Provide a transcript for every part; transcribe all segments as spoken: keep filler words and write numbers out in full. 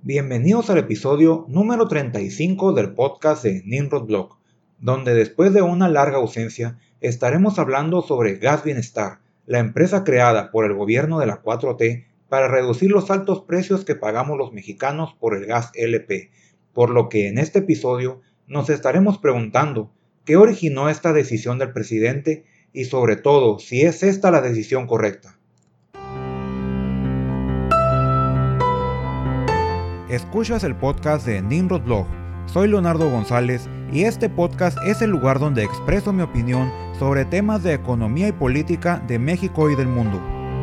Bienvenidos al episodio número treinta y cinco del podcast de Nimrod Blog, donde después de una larga ausencia estaremos hablando sobre Gas Bienestar, la empresa creada por el gobierno de la cuatro T para reducir los altos precios que pagamos los mexicanos por el gas L P, por lo que en este episodio nos estaremos preguntando qué originó esta decisión del presidente y sobre todo si es esta la decisión correcta. Escuchas el podcast de Nimrod Blog. Soy Leonardo González y este podcast es el lugar donde expreso mi opinión sobre temas de economía y política de México y del mundo.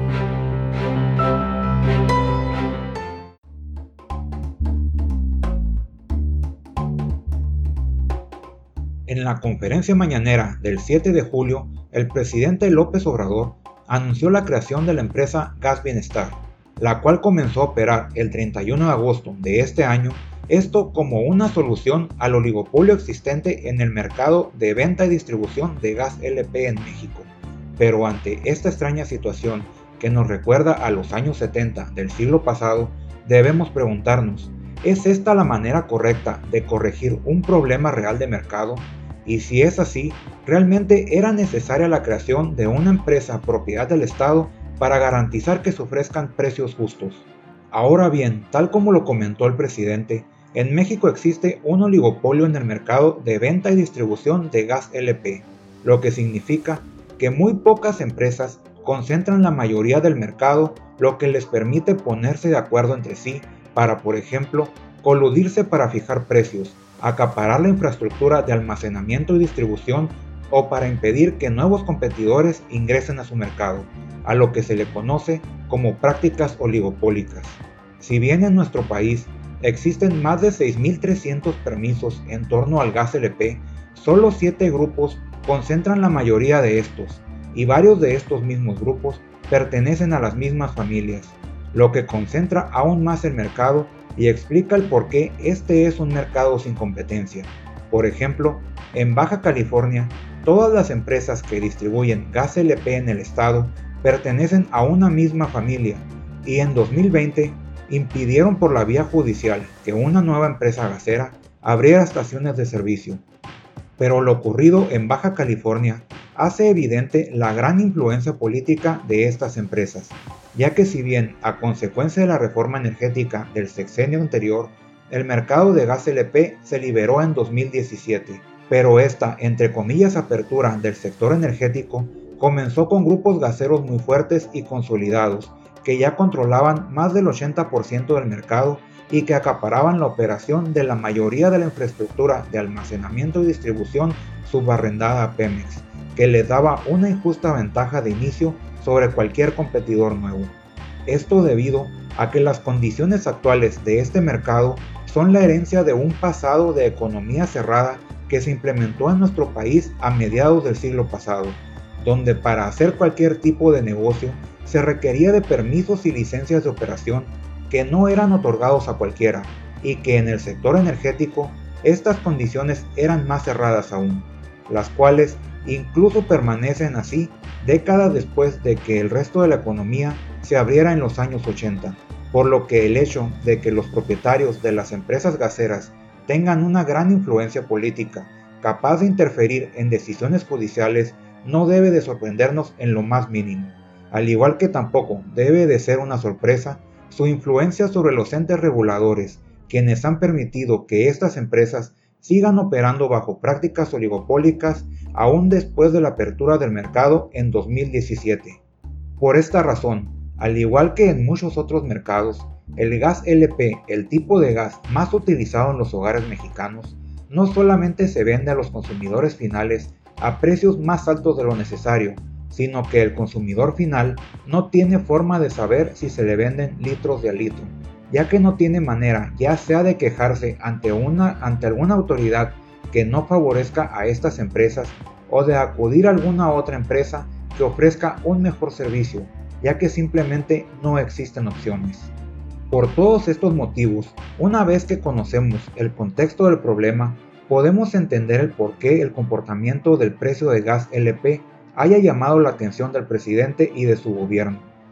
En la conferencia mañanera del siete de julio, el presidente López Obrador anunció la creación de la empresa Gas Bienestar, la cual comenzó a operar el treinta y uno de agosto de este año, esto como una solución al oligopolio existente en el mercado de venta y distribución de gas L P en México. Pero ante esta extraña situación que nos recuerda a los años setenta del siglo pasado, debemos preguntarnos, ¿es esta la manera correcta de corregir un problema real de mercado? Y si es así, ¿realmente era necesaria la creación de una empresa propiedad del Estado para garantizar que se ofrezcan precios justos? Ahora bien, tal como lo comentó el presidente, en México existe un oligopolio en el mercado de venta y distribución de gas L P, lo que significa que muy pocas empresas concentran la mayoría del mercado, lo que les permite ponerse de acuerdo entre sí para, por ejemplo, coludirse para fijar precios, acaparar la infraestructura de almacenamiento y distribución o para impedir que nuevos competidores ingresen a su mercado, a lo que se le conoce como prácticas oligopólicas. Si bien en nuestro país existen más de seis mil trescientos permisos en torno al gas L P, solo siete grupos concentran la mayoría de estos, y varios de estos mismos grupos pertenecen a las mismas familias, lo que concentra aún más el mercado y explica el por qué este es un mercado sin competencia. Por ejemplo, en Baja California, todas las empresas que distribuyen gas L P en el estado pertenecen a una misma familia y en dos mil veinte impidieron por la vía judicial que una nueva empresa gasera abriera estaciones de servicio. Pero lo ocurrido en Baja California hace evidente la gran influencia política de estas empresas, ya que si bien a consecuencia de la reforma energética del sexenio anterior, el mercado de gas L P se liberó en dos mil diecisiete, pero esta, entre comillas, apertura del sector energético comenzó con grupos gaseros muy fuertes y consolidados, que ya controlaban más del ochenta por ciento del mercado y que acaparaban la operación de la mayoría de la infraestructura de almacenamiento y distribución subarrendada a Pemex, que les daba una injusta ventaja de inicio sobre cualquier competidor nuevo. Esto debido a que las condiciones actuales de este mercado son la herencia de un pasado de economía cerrada que se implementó en nuestro país a mediados del siglo pasado, donde para hacer cualquier tipo de negocio se requería de permisos y licencias de operación que no eran otorgados a cualquiera, y que en el sector energético estas condiciones eran más cerradas aún, las cuales incluso permanecen así décadas después de que el resto de la economía se abriera en los años ochenta, por lo que el hecho de que los propietarios de las empresas gaseras tengan una gran influencia política capaz de interferir en decisiones judiciales no debe de sorprendernos en lo más mínimo, al igual que tampoco debe de ser una sorpresa su influencia sobre los entes reguladores, quienes han permitido que estas empresas sigan operando bajo prácticas oligopólicas aún después de la apertura del mercado en dos mil diecisiete. Por esta razón, al igual que en muchos otros mercados, el gas L P, el tipo de gas más utilizado en los hogares mexicanos, no solamente se vende a los consumidores finales a precios más altos de lo necesario, sino que el consumidor final no tiene forma de saber si se le venden litros de a litro, ya que no tiene manera ya sea de quejarse ante, una, ante alguna autoridad que no favorezca a estas empresas o de acudir a alguna otra empresa que ofrezca un mejor servicio, ya que simplemente no existen opciones. Por todos estos motivos, una vez que conocemos el contexto del problema, podemos entender el por qué el comportamiento del precio de gas L P haya llamado la atención del presidente y de su gobierno,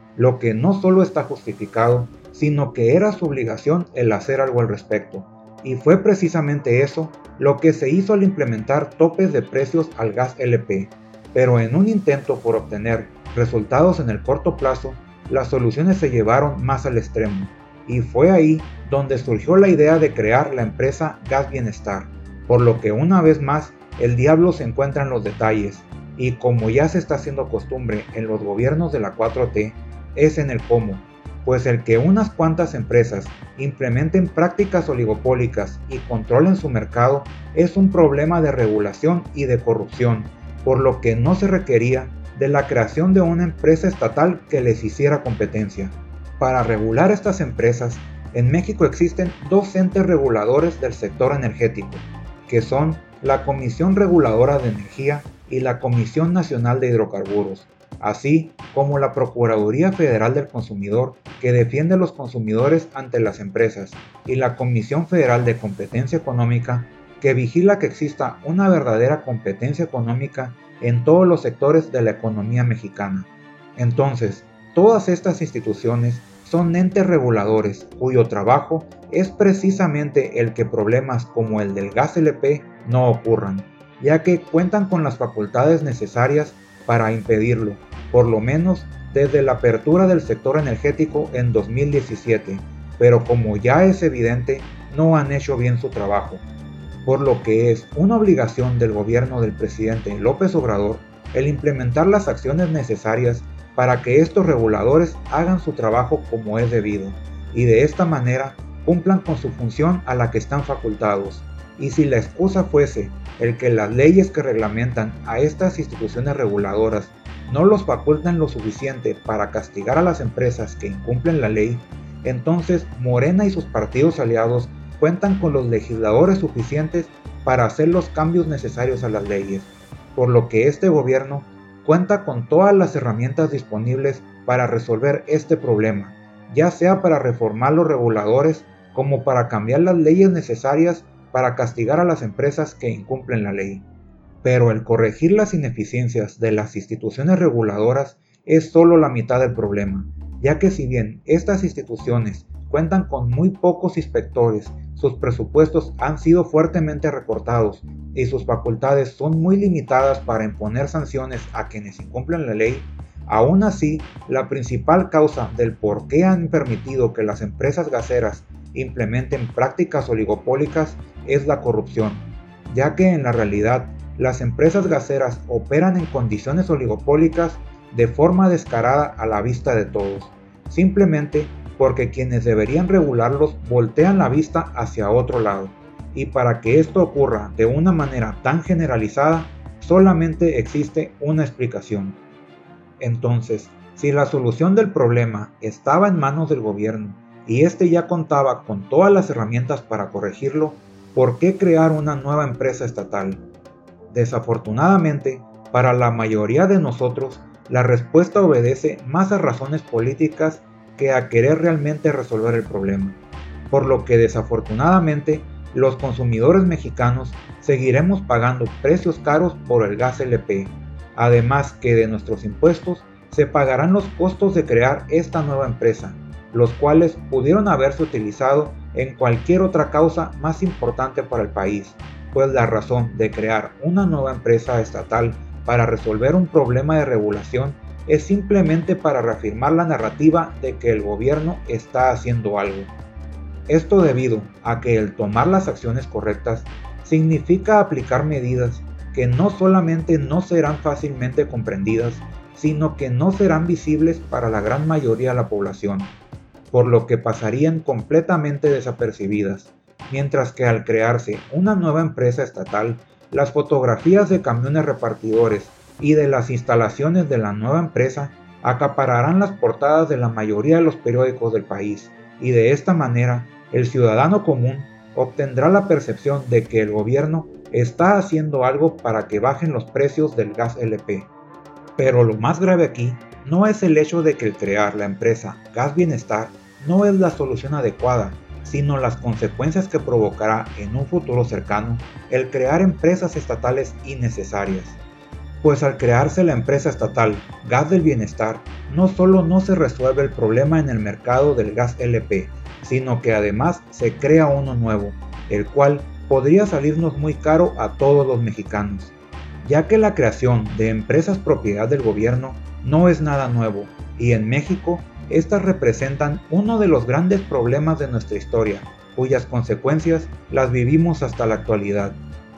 lo que no solo está justificado, sino que era su obligación el hacer algo al respecto. Y fue precisamente eso lo que se hizo al implementar topes de precios al gas L P. Pero en un intento por obtener resultados en el corto plazo, las soluciones se llevaron más al extremo. Y fue ahí donde surgió la idea de crear la empresa Gas Bienestar, por lo que una vez más el diablo se encuentra en los detalles, y como ya se está haciendo costumbre en los gobiernos de la cuatro T, es en el cómo, pues el que unas cuantas empresas implementen prácticas oligopólicas y controlen su mercado es un problema de regulación y de corrupción, por lo que no se requería de la creación de una empresa estatal que les hiciera competencia. Para regular estas empresas, en México existen dos entes reguladores del sector energético, que son la Comisión Reguladora de Energía y la Comisión Nacional de Hidrocarburos, así como la Procuraduría Federal del Consumidor, que defiende a los consumidores ante las empresas, y la Comisión Federal de Competencia Económica, que vigila que exista una verdadera competencia económica en todos los sectores de la economía mexicana. Entonces, todas estas instituciones son entes reguladores cuyo trabajo es precisamente el que problemas como el del gas L P no ocurran, ya que cuentan con las facultades necesarias para impedirlo, por lo menos desde la apertura del sector energético en dos mil diecisiete, pero como ya es evidente, no han hecho bien su trabajo, por lo que es una obligación del gobierno del presidente López Obrador el implementar las acciones necesarias para que estos reguladores hagan su trabajo como es debido, y de esta manera cumplan con su función a la que están facultados. Y si la excusa fuese el que las leyes que reglamentan a estas instituciones reguladoras no los facultan lo suficiente para castigar a las empresas que incumplen la ley, entonces Morena y sus partidos aliados cuentan con los legisladores suficientes para hacer los cambios necesarios a las leyes, por lo que este gobierno cuenta con todas las herramientas disponibles para resolver este problema, ya sea para reformar los reguladores como para cambiar las leyes necesarias para castigar a las empresas que incumplen la ley. Pero el corregir las ineficiencias de las instituciones reguladoras es solo la mitad del problema, ya que si bien estas instituciones cuentan con muy pocos inspectores, sus presupuestos han sido fuertemente recortados y sus facultades son muy limitadas para imponer sanciones a quienes incumplen la ley, aún así, la principal causa del por qué han permitido que las empresas gaseras implementen prácticas oligopólicas es la corrupción, ya que en la realidad las empresas gaseras operan en condiciones oligopólicas de forma descarada a la vista de todos, simplemente porque quienes deberían regularlos voltean la vista hacia otro lado, y para que esto ocurra de una manera tan generalizada, solamente existe una explicación. Entonces, si la solución del problema estaba en manos del gobierno y este ya contaba con todas las herramientas para corregirlo, ¿por qué crear una nueva empresa estatal? Desafortunadamente, para la mayoría de nosotros, la respuesta obedece más a razones políticas que a querer realmente resolver el problema, por lo que desafortunadamente los consumidores mexicanos seguiremos pagando precios caros por el gas L P, además que de nuestros impuestos se pagarán los costos de crear esta nueva empresa, los cuales pudieron haberse utilizado en cualquier otra causa más importante para el país, pues la razón de crear una nueva empresa estatal para resolver un problema de regulación es simplemente para reafirmar la narrativa de que el gobierno está haciendo algo. Esto debido a que el tomar las acciones correctas significa aplicar medidas que no solamente no serán fácilmente comprendidas, sino que no serán visibles para la gran mayoría de la población, por lo que pasarían completamente desapercibidas, mientras que al crearse una nueva empresa estatal, las fotografías de camiones repartidores y de las instalaciones de la nueva empresa acapararán las portadas de la mayoría de los periódicos del país, y de esta manera el ciudadano común obtendrá la percepción de que el gobierno está haciendo algo para que bajen los precios del gas L P. Pero lo más grave aquí no es el hecho de que el crear la empresa Gas Bienestar no es la solución adecuada, sino las consecuencias que provocará en un futuro cercano el crear empresas estatales innecesarias. pues al crearse la empresa estatal Gas del Bienestar, no solo no se resuelve el problema en el mercado del gas L P, sino que además se crea uno nuevo, el cual podría salirnos muy caro a todos los mexicanos, ya que la creación de empresas propiedad del gobierno no es nada nuevo, y en México estas representan uno de los grandes problemas de nuestra historia, cuyas consecuencias las vivimos hasta la actualidad.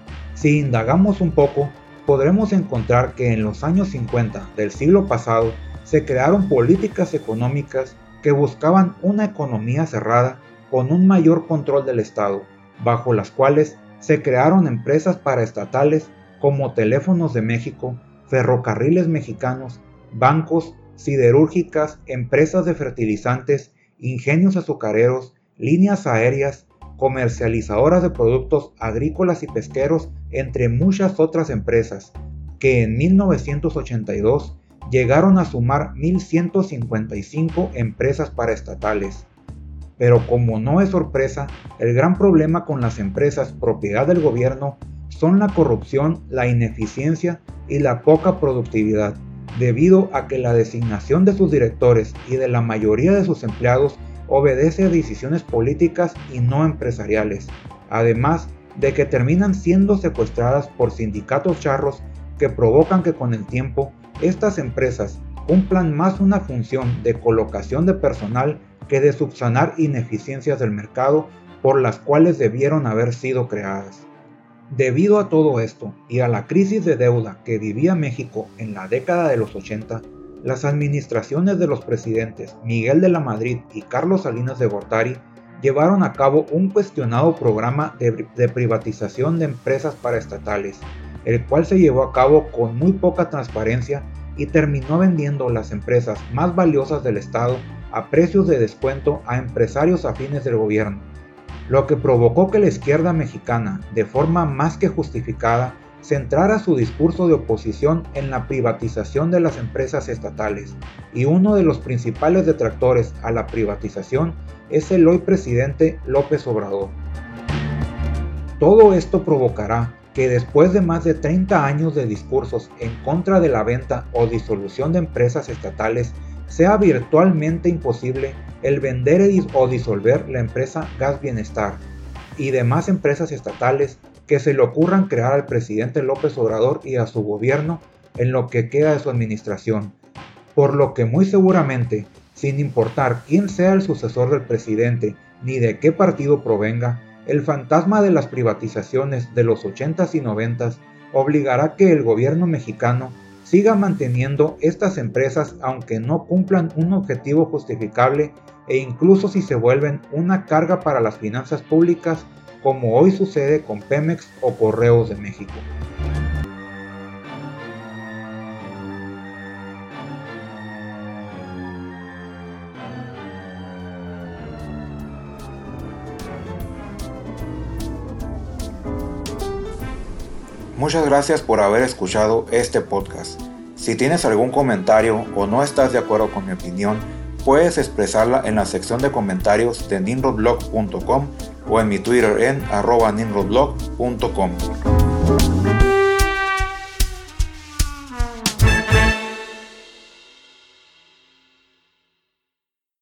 Si indagamos un poco, podremos encontrar que en los años cincuenta del siglo pasado se crearon políticas económicas que buscaban una economía cerrada con un mayor control del Estado, bajo las cuales se crearon empresas paraestatales como Teléfonos de México, Ferrocarriles Mexicanos, bancos, siderúrgicas, empresas de fertilizantes, ingenios azucareros, líneas aéreas, comercializadoras de productos agrícolas y pesqueros, entre muchas otras empresas, que en mil novecientos ochenta y dos llegaron a sumar mil ciento cincuenta y cinco empresas paraestatales. Pero como no es sorpresa, el gran problema con las empresas propiedad del gobierno son la corrupción, la ineficiencia y la poca productividad, debido a que la designación de sus directores y de la mayoría de sus empleados obedece a decisiones políticas y no empresariales, además de que terminan siendo secuestradas por sindicatos charros que provocan que con el tiempo estas empresas cumplan más una función de colocación de personal que de subsanar ineficiencias del mercado por las cuales debieron haber sido creadas. Debido a todo esto y a la crisis de deuda que vivía México en la década de los ochenta, las administraciones de los presidentes Miguel de la Madrid y Carlos Salinas de Gortari llevaron a cabo un cuestionado programa de, de privatización de empresas paraestatales, el cual se llevó a cabo con muy poca transparencia y terminó vendiendo las empresas más valiosas del Estado a precios de descuento a empresarios afines del gobierno, lo que provocó que la izquierda mexicana, de forma más que justificada, centrara su discurso de oposición en la privatización de las empresas estatales, y uno de los principales detractores a la privatización es el hoy presidente López Obrador. Todo esto provocará que después de más de treinta años de discursos en contra de la venta o disolución de empresas estatales, sea virtualmente imposible el vender o disolver la empresa Gas Bienestar y demás empresas estatales que se le ocurran crear al presidente López Obrador y a su gobierno en lo que queda de su administración, por lo que muy seguramente, sin importar quién sea el sucesor del presidente ni de qué partido provenga, el fantasma de las privatizaciones de los ochentas y noventas obligará a que el gobierno mexicano siga manteniendo estas empresas aunque no cumplan un objetivo justificable e incluso si se vuelven una carga para las finanzas públicas, como hoy sucede con Pemex o Correos de México. Muchas gracias por haber escuchado este podcast. Si tienes algún comentario o no estás de acuerdo con mi opinión, puedes expresarla en la sección de comentarios de nimrodblog punto com o en mi Twitter en arroba nimrodblog punto com.